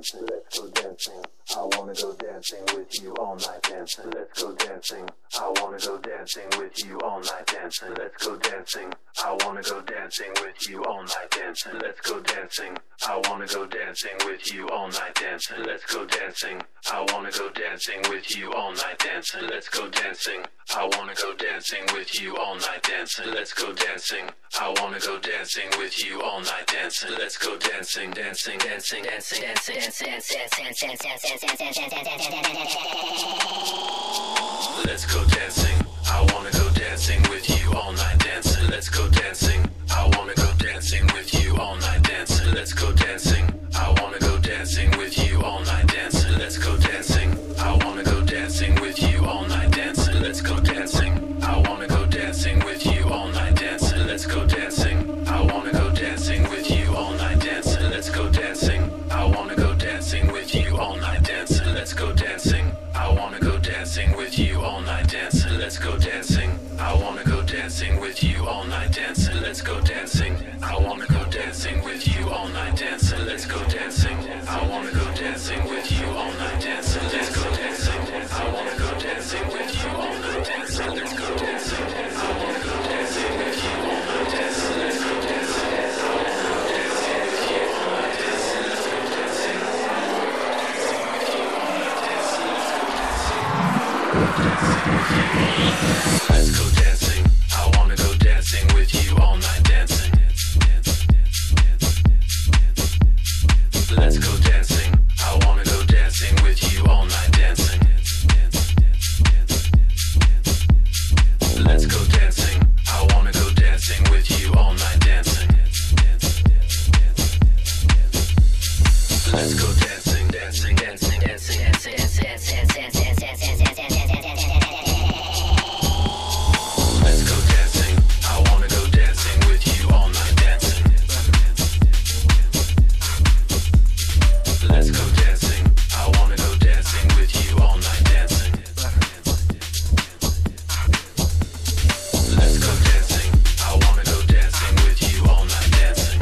dancing, let's go dancing. I wanna go dancing with you all night dancing. Let's go dancing. I wanna go dancing with you all night dancing. Let's go dancing. I wanna go dancing with you all night dancing. Let's go dancing. I wanna go dancing with you all night dancing. Let's go dancing. I wanna go dancing with you all night dancing. Let's go dancing. I wanna go dancing with you all night dancing. Let's go dancing. I wanna go dancing with you all night dancing. Let's go dancing, dancing, dancing, dancing, dancing, dancing, dancing, let's go dancing. I wanna go dancing with you all night dancing. Let's go dancing. I wanna go dancing with you all night dancing. Let's go dancing. I wanna go dancing with you all night dancing. Let's go dancing. I wanna go dancing with you all night dancing. Let's go dancing. I wanna go dancing with you all night dancing. Let's go dancing. I wanna go dancing with you all night dancing. Let's go dancing. I wanna go dancing with you all night dancing. Let's go dancing. I wanna go dancing with you all night dancing. Let's go dancing. I wanna go dancing with you all night dancing. Let's go dancing. I wanna go dancing with you all night dancing. Let's go dancing. I wanna go dancing with you all night dancing. Let's go dancing. I wanna go dancing with you all night dancing. Let's go dancing. I wanna go dancing with you all night dancing. Let's go dancing. I wanna go dancing with you all night dancing. Let's go dancing. Let's go dancing. I wanna go dancing with you all night dancing. Let's go dancing. I wanna go dancing with you all night dancing. Let's go dancing. I wanna go dancing with you all night dancing. Let's go dancing, dancing, dancing, dancing, dancing, dancing, dancing, dancing, dancing, dancing. Let's go dancing. I wanna go dancing with you all night dancing. Let's go dancing. I wanna go dancing with you all night dancing. Let's go dancing. I wanna go dancing with you all night dancing.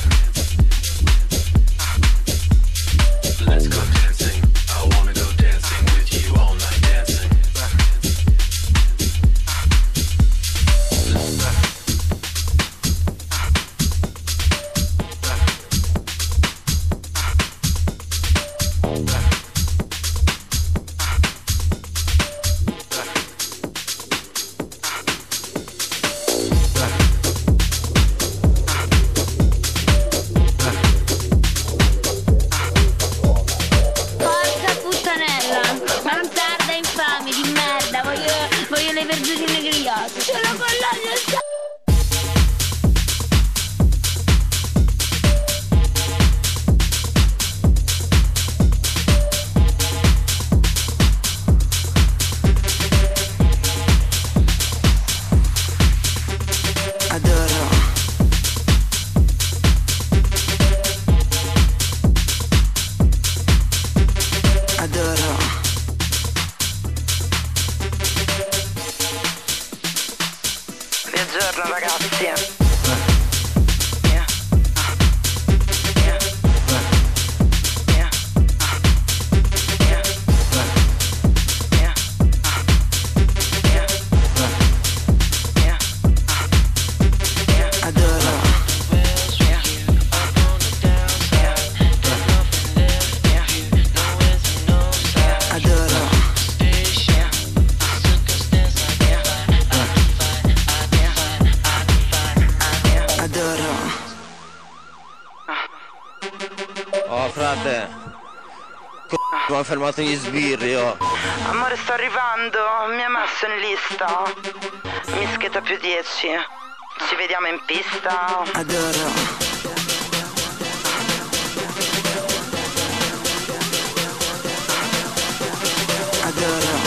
Let's go dancing. I wanna go dancing with you all night dancing. Porca puttanella, bastarda infame di merda, voglio le verdurine grigliate. Ce l'ho con l'olio. Adoro. Adoro. Buongiorno ragazzi. Oh frate, mi ha fermato gli sbirri, oh. Amore, sto arrivando, mi ha messo in lista. Mischeta più 10. Ci vediamo in pista. Adoro. Adoro.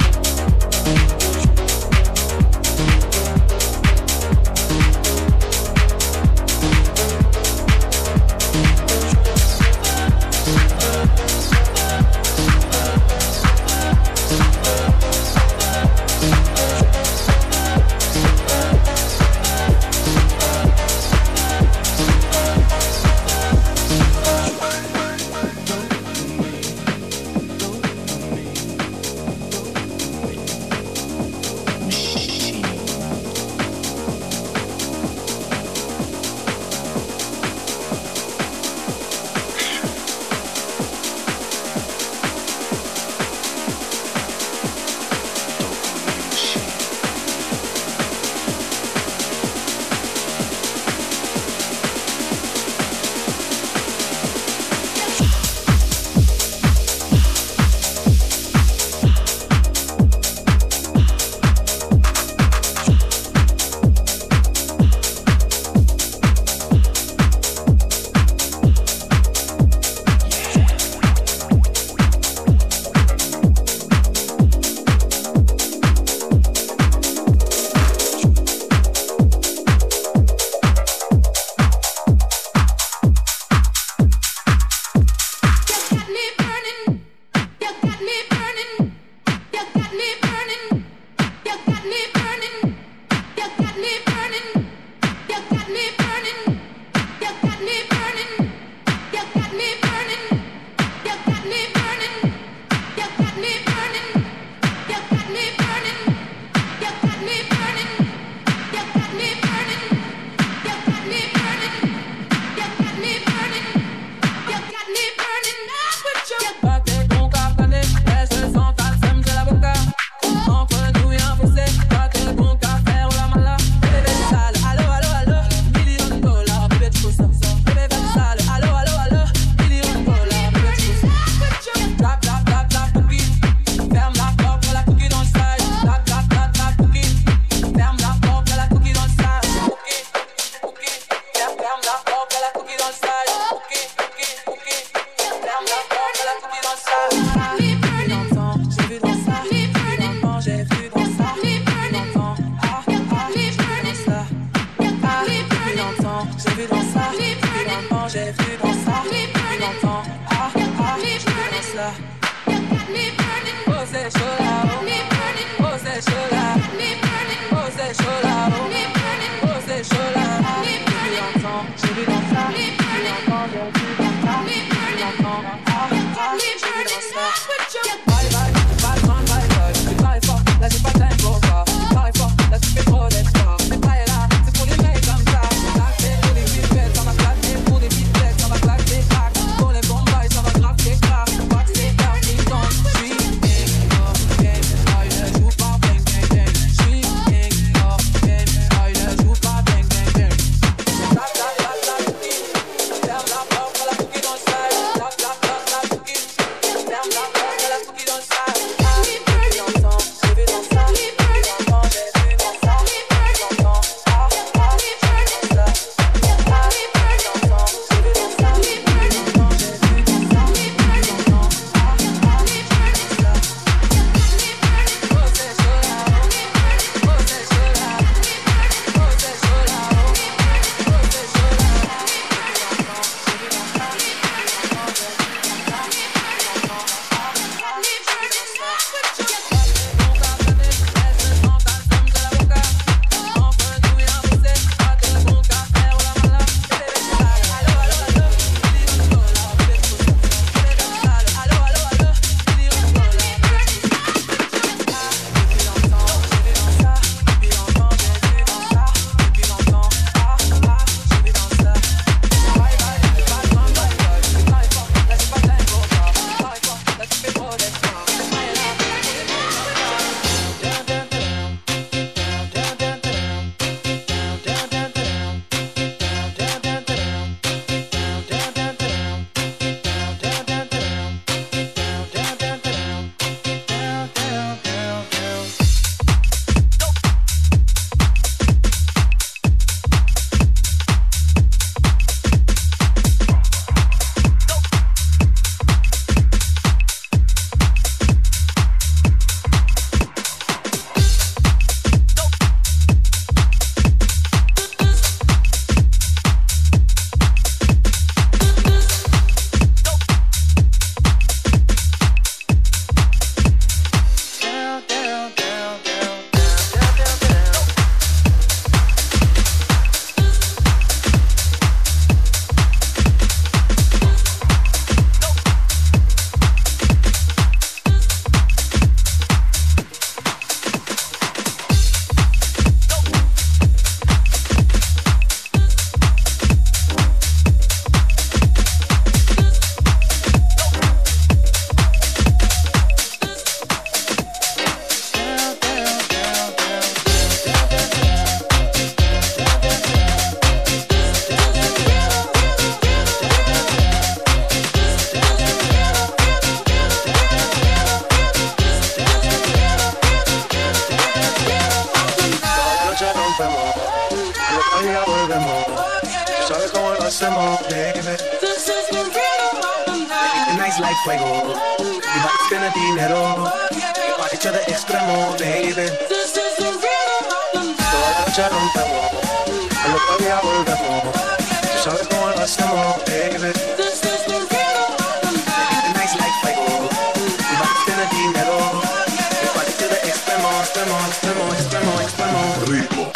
baby. This is the rhythm of the night. The night's like fuego. Mi body's gonna dinero. Mi hecho de extremo, baby. This is the rhythm of the night. Toda la noche rompemos, al otro día volvemos. Tú sabes cómo lo hacemos, baby. This is the rhythm of the night. The night's like fuego. Mi body's gonna dinero. Mi hecho de extremo, extremo, extremo, extremo, extremo. Ritmo.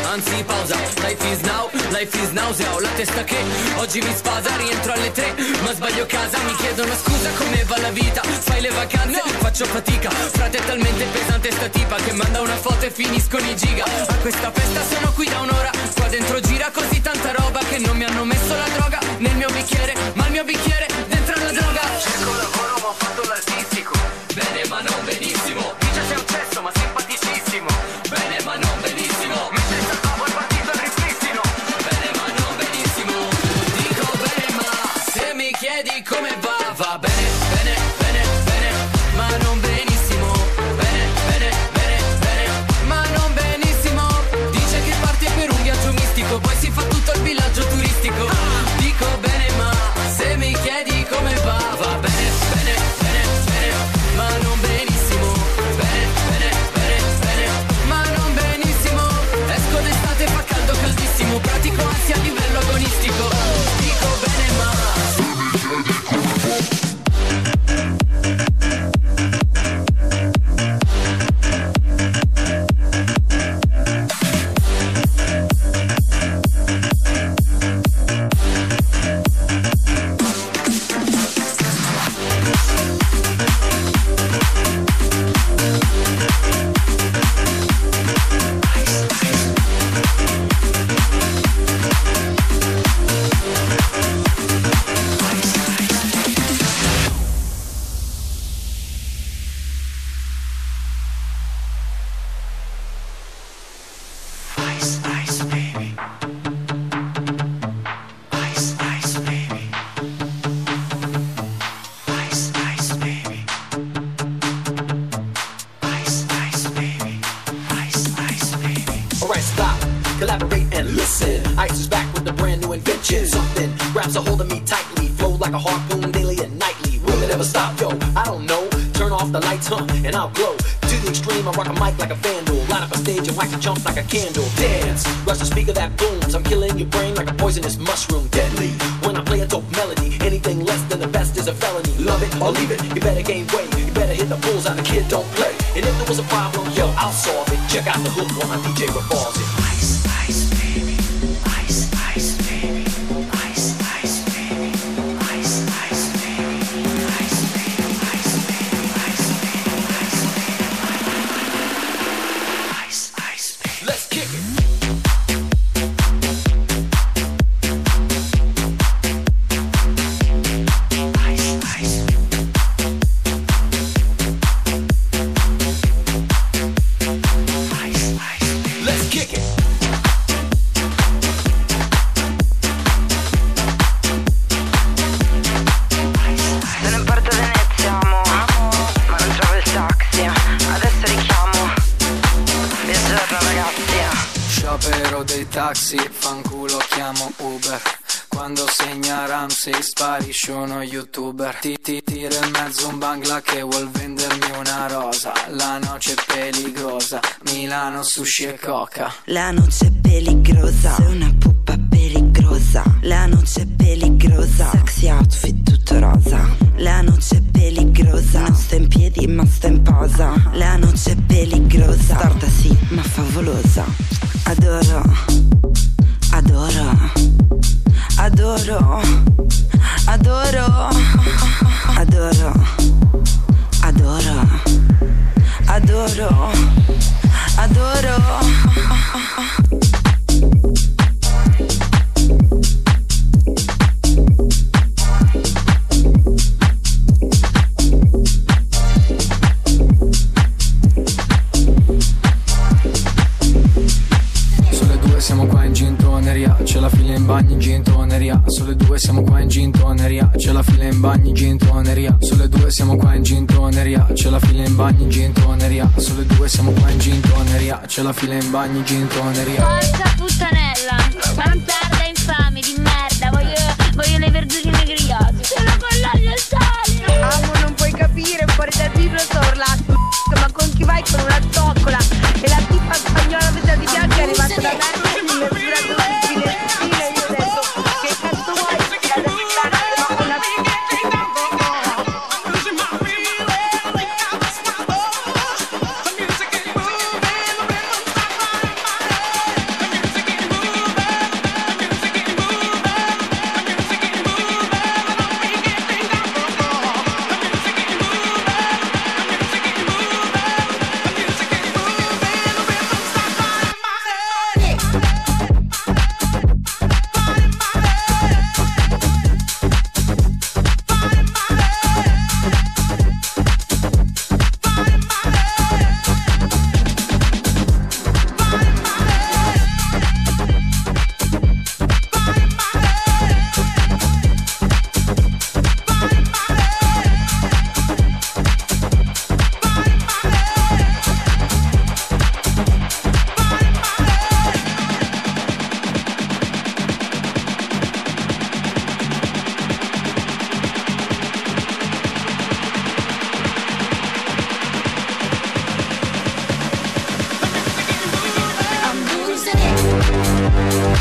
anzi pausa. Life is nausea, ho la testa che oggi mi spasa. Rientro alle 3, ma sbaglio casa. Mi chiedono scusa come va la vita. Fai le vacanze, faccio fatica. Frate è talmente pesante sta tipa che manda una foto e finiscono i giga. A questa festa sono qui da un'ora. Qua dentro gira così tanta roba che non mi hanno messo la droga nel mio bicchiere, ma il mio bicchiere dentro la droga. Cerco lavoro ma ho fatto l'artistico. Bene ma non benissimo. Dice sei un cesso ma simpaticissimo. Bene ma non benissimo. Mentre salvavo il partito al ripristino. Bene ma non benissimo. Dico bene ma se mi chiedi come va, va bene, bene, bene, bene, ma non benissimo. Bene, bene, bene, bene, ma non benissimo. Dice che parte per un viaggio mistico, poi si fa tutto il villaggio turistico. Dico bene ma se mi chiedi come va, va bene, bene, bene, bene, ma non benissimo. Bene, bene, bene, bene, ma non benissimo. Esco d'estate, fa caldo caldissimo, pratico ansia a livello agonistico. Dico bene ma jump like a candle, dance, rush the speaker that booms. I'm killing your brain like a poisonous mushroom, deadly. When I play a dope melody, anything less than the best is a felony. Love it or leave it, you better gain weight. You better hit the bullseye, the kid don't play. And if there was a problem, yo, I'll solve it. Check out the hook while my DJ revolves it. Ice, ice, baby. Ice, ice, baby. Ice, ice, baby. Ice, ice, baby. Ice, baby. Ice, baby. Ice, baby. Ice, ice, baby. Let's kick it. Taxi, fanculo, chiamo Uber. Quando segna Ramsey sparisce uno youtuber. Ti tiro in mezzo un bangla che vuol vendermi una rosa. La noce peligrosa, Milano, sushi e coca. La noce peligrosa, sei una pupa peligrosa. La noce peligrosa, sexy outfit tutto rosa. La noce peligrosa, non sta in piedi ma sta in posa. La noce peligrosa, storta sì ma favolosa. Adoro, adoro, adoro, adoro, adoro, adoro, adoro, adoro. Siamo qua in gintoneria, c'è la fila in bagni in gintoneria. Sulle 2 siamo qua in gintoneria, c'è la fila in bagni in gintoneria. Sulle 2 siamo qua in gintoneria, c'è la fila in bagni in gintoneria. Sulle 2 siamo qua in gintoneria, c'è la fila in bagni in gintoneria. Porca puttanella, bastarda infame di merda, voglio le verdurine grigliate. Sono con l'olio e il sale. Amo, non puoi capire, fuori dal libro sto urlando. Ma con chi vai con una zoccola? E la tipa spagnola vestita di bianco è arrivata da me. Mi ha giurato di finestrine e io ho detto che cazzo vuoi? La destra, ma con la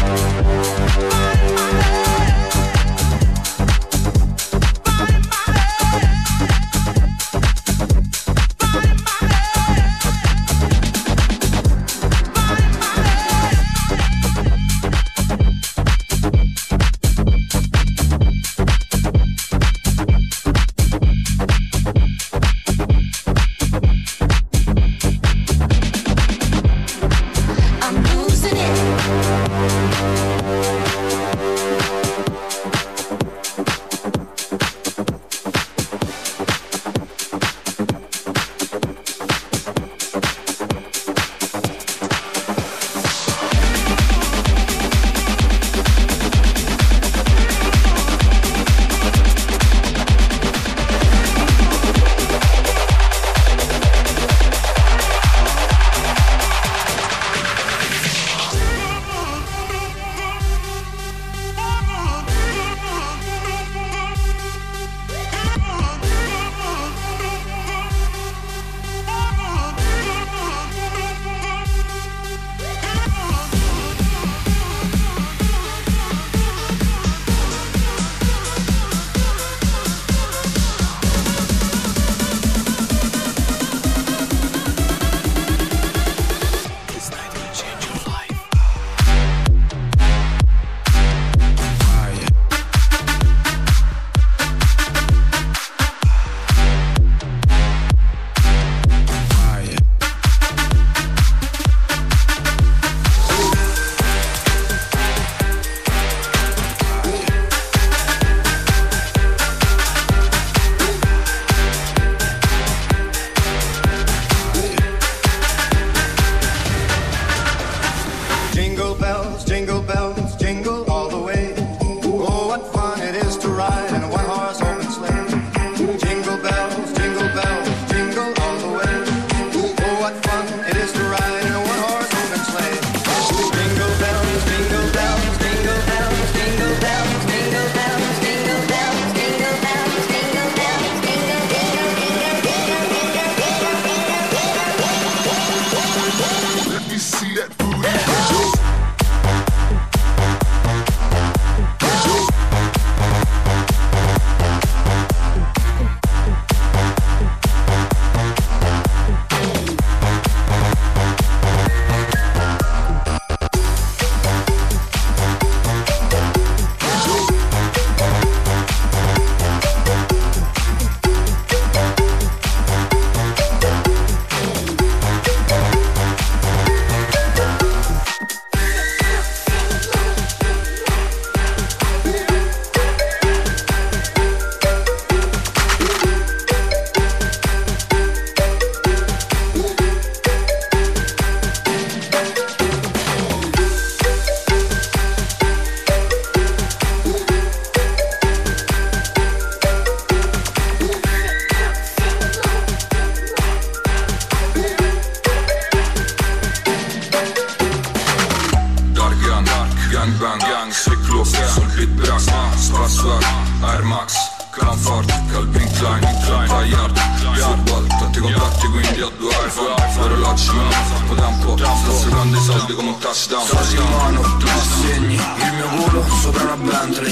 Air Max, Comfort, Calvin Klein, Tagliard, Football, tanti contatti quindi ho due iPhone, orologi non ho fatto tempo, sto secondo i soldi come un touchdown. Soldi in mano, tu disegni, il mio culo sopra una Bentley,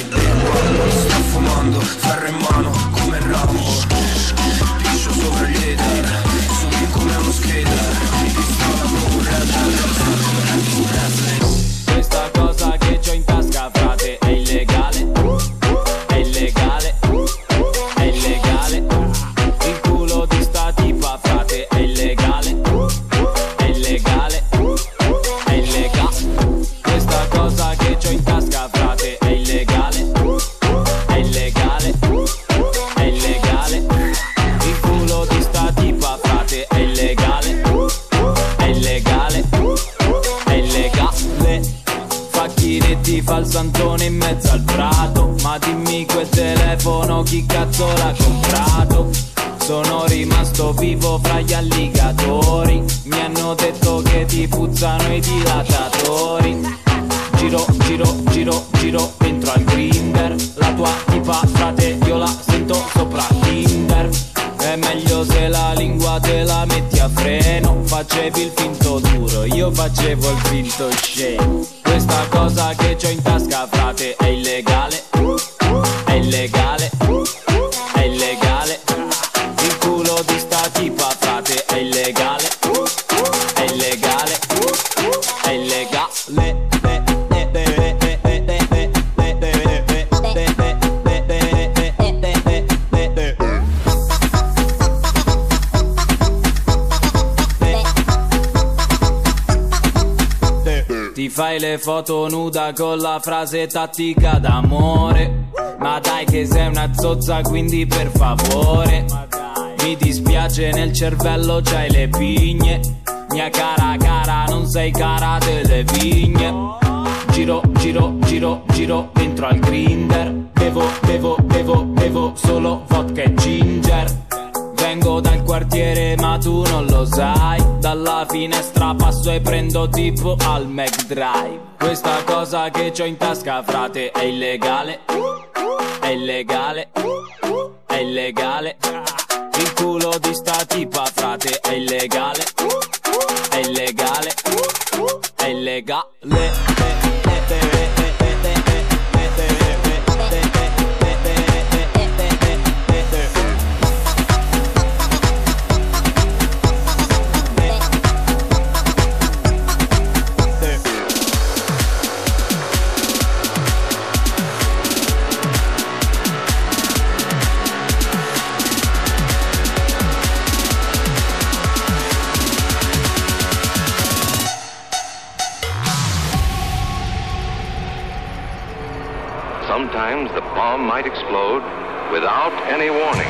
sto fumando, ferro in mano come Rambo, piscio sopra gli hater, subi come uno skater, mi pistola come un rapper. Questa cosa che c'ho in tasca, frate, è illegale. È illegale. È illegale. Il culo di sta tipa, frate, è illegale. È illegale. È illegale. Questa cosa che c'ho in tasca, frate, è illegale. È illegale. È illegale. Il culo di sta tipa, frate, è illegale. È illegale. È illegale. Facchinetti fa il santone in mezzo al prato, ma dimmi quel telefono chi cazzo l'ha comprato? Sono rimasto vivo fra gli alligatori, mi hanno detto che ti puzzano i dilatatori. Giro, giro, giro, giro, entro al Grindr, la tua tipa, frate, io la sento sopra Tinder. È meglio se la lingua te la metti a freno, facevi il finto duro, io facevo il finto scemo. Questa cosa che c'ho in tasca, frate, è illegale. È illegale. È illegale. Il culo di sta tipa, frate, è illegale. È illegale. È illegale. Ti fai le foto nuda con la frase tattica d'amore. Ma dai che sei una zozza, quindi per favore. Mi dispiace, nel cervello c'hai le pigne. Mia cara cara, non sei cara delle vigne. Giro, giro, giro, giro dentro al grinder. Bevo, bevo, bevo, bevo solo vodka e ginger. Vengo dal quartiere ma tu non lo sai. Dalla finestra passo e prendo tipo al McDrive. Questa cosa che c'ho in tasca, frate, è illegale. È illegale. È illegale. Il culo di sta tipa, frate, è illegale. È illegale. È illegale. Sometimes the bomb might explode without any warning.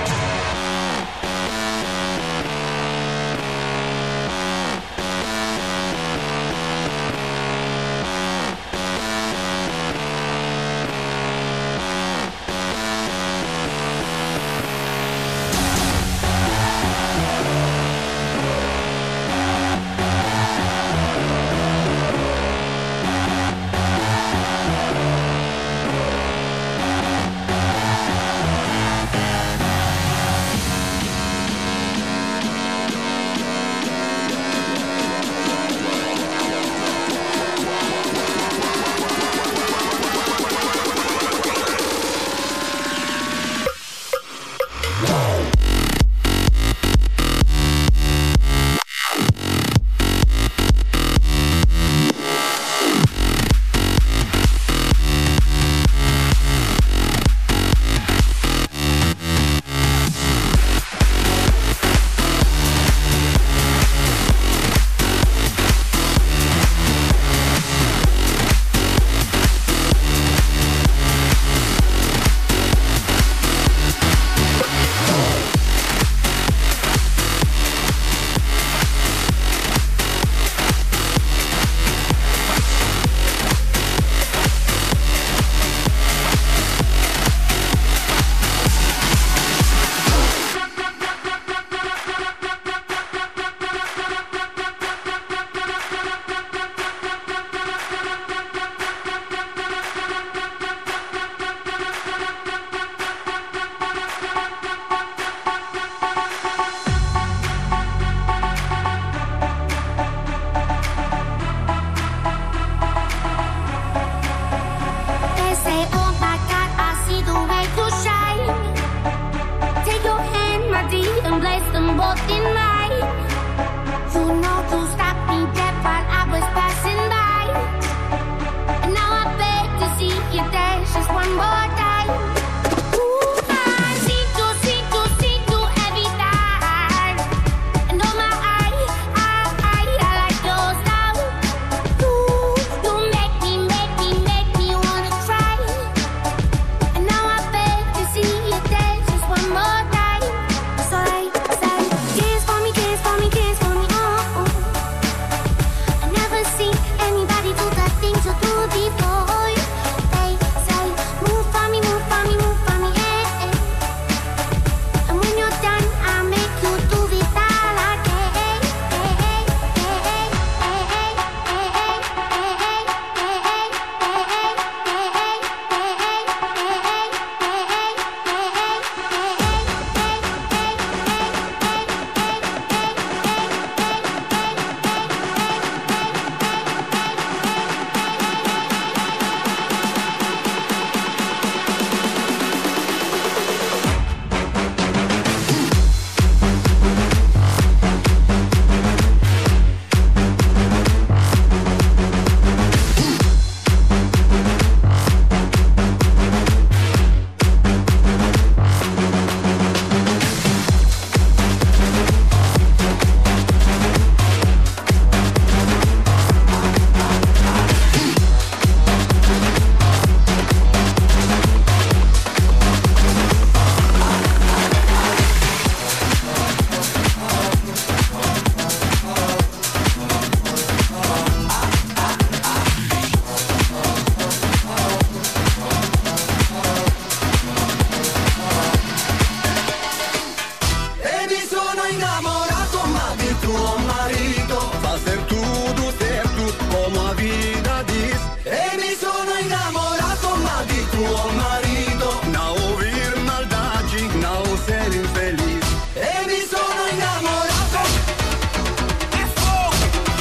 marido. Va ser tudo certo como a vida diz. E me sono innamorato ma di tuo marito. Não ouvir maldade, não ser infeliz. E mi sono innamorato. É fogo.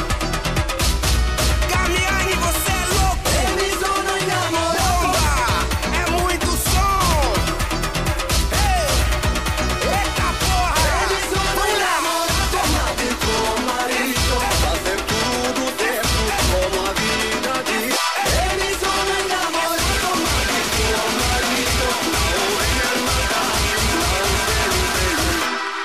Gamiani, você é louco. E mi sono innamorato. Bomba. É muito som. Ei. Eita porra. E mi sono innamorato ma di tuo marito. Fazer tudo certo como a vida diz. E mi sono innamorato ma di tuo marito. Não ouvir maldade, não ser infeliz.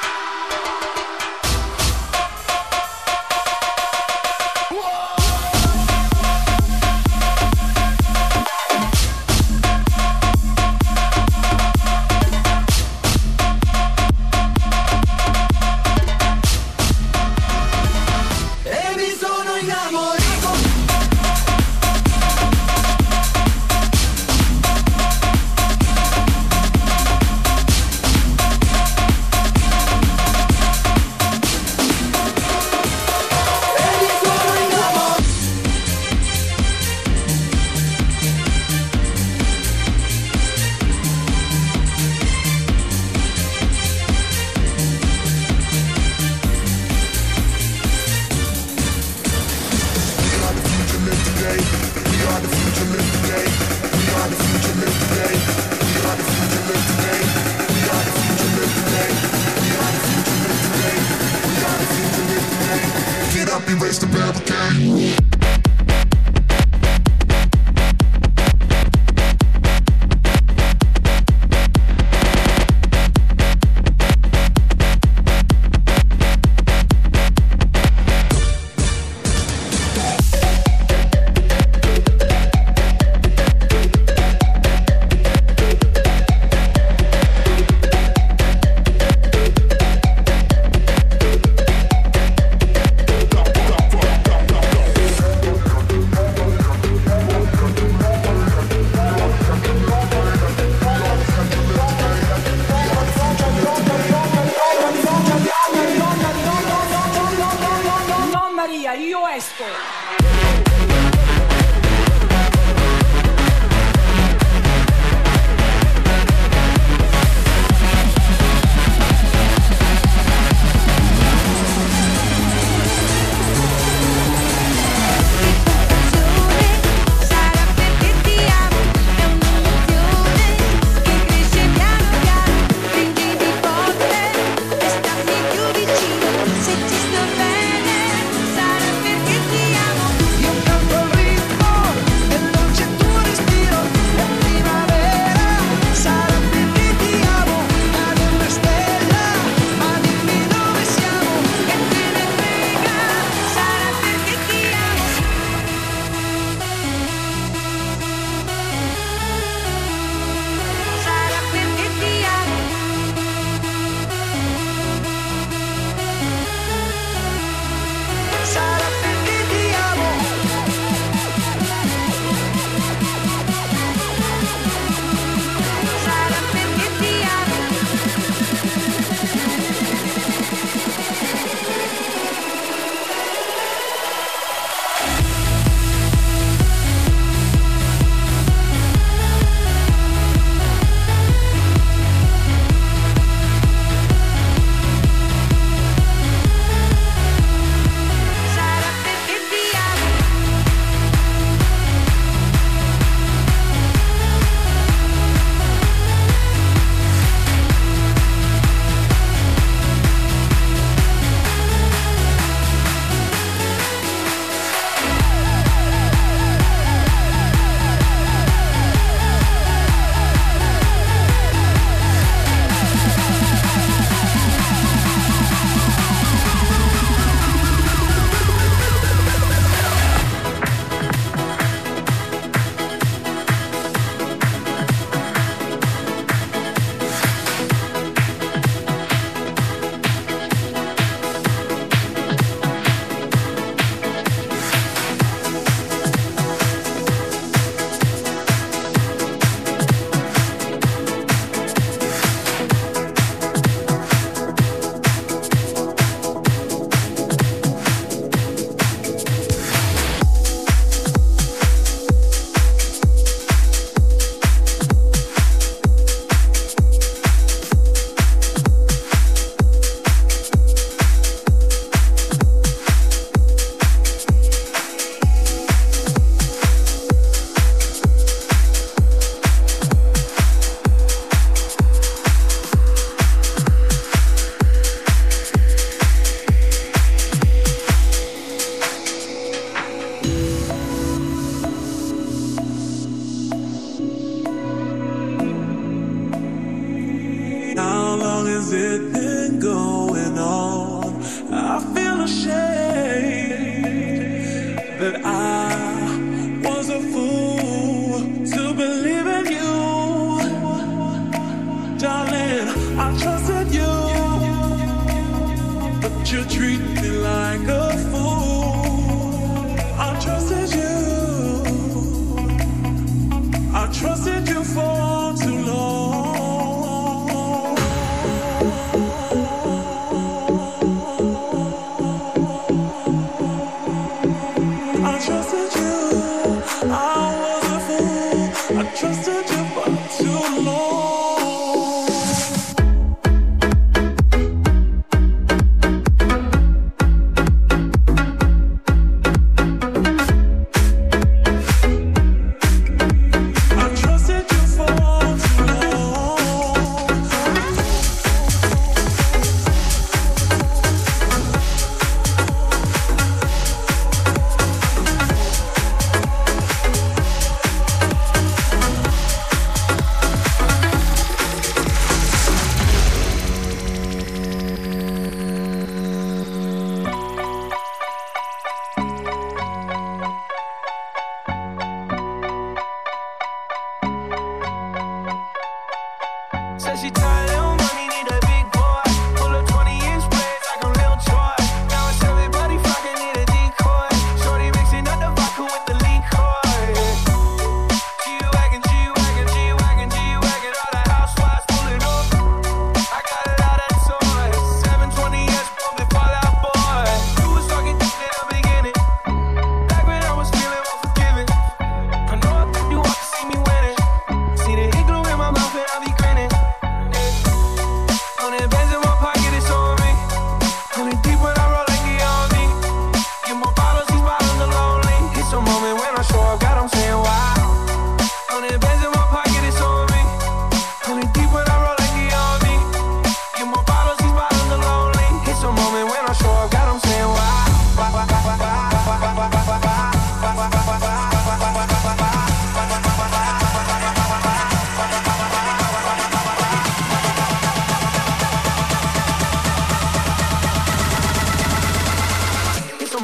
E mi sono innamorato. Get up and raise the barricade. No, Maria, io esco. Sarà perché ti amo, è un'emozione che cresce piano piano, prendi di forte e stammi più vicino, se ti sto bene, sarà perché ti amo. Io canto il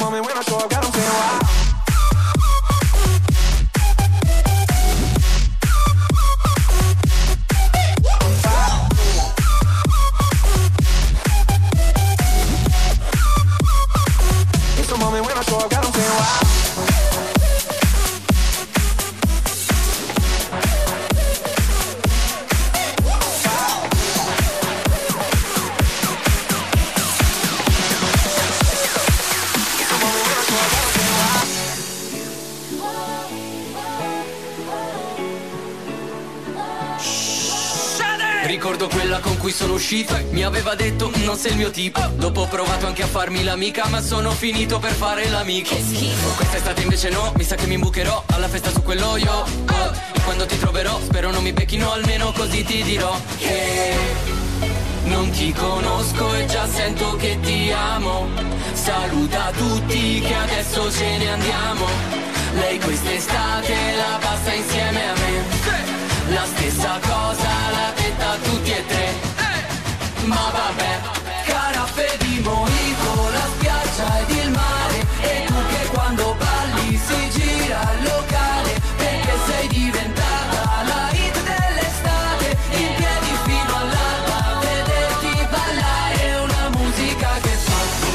moment when I show up, God, I'm saying wow. It's a moment when I show up, God, I'm saying wow. Ricordo quella con cui sono uscito, mi aveva detto non sei il mio tipo. Dopo ho provato anche a farmi l'amica, ma sono finito per fare l'amico. Che schifo. Quest'estate invece no, mi sa che mi imbucherò alla festa su quello io. E quando ti troverò, spero non mi becchino, almeno così ti dirò che non ti conosco e già sento che ti amo. Saluta tutti che adesso ce ne andiamo. Lei quest'estate la passa insieme a me. La stessa cosa l'ha detta a tutti e tre. Ma vabbè, caraffe di mojito, la spiaggia ed il mare. E tu che quando balli si gira il locale, perché sei diventata la hit dell'estate. In piedi fino all'alba, vederti ballare è una musica che fa.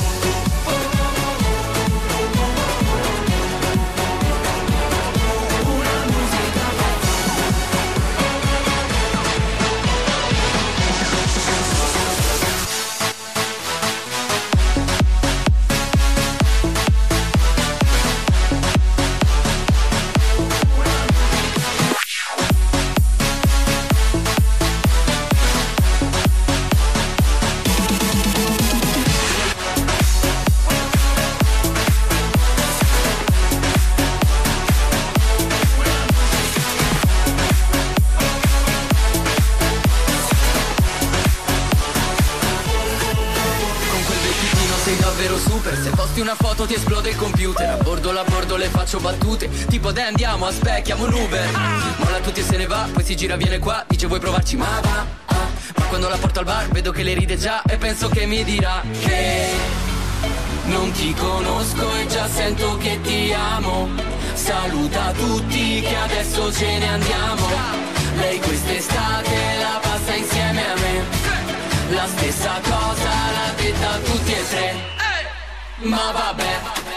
Se posti una foto ti esplode il computer. A bordo le faccio battute tipo dai andiamo, aspettiamo un Uber. Molla tutti e se ne va, poi si gira viene qua, dice vuoi provarci ma va. Ma quando la porto al bar vedo che le ride già e penso che mi dirà che non ti conosco e già sento che ti amo. Saluta tutti che adesso ce ne andiamo. Lei quest'estate la passa insieme a me. La stessa cosa l'ha detta a tutti e tre. Ma vabbè,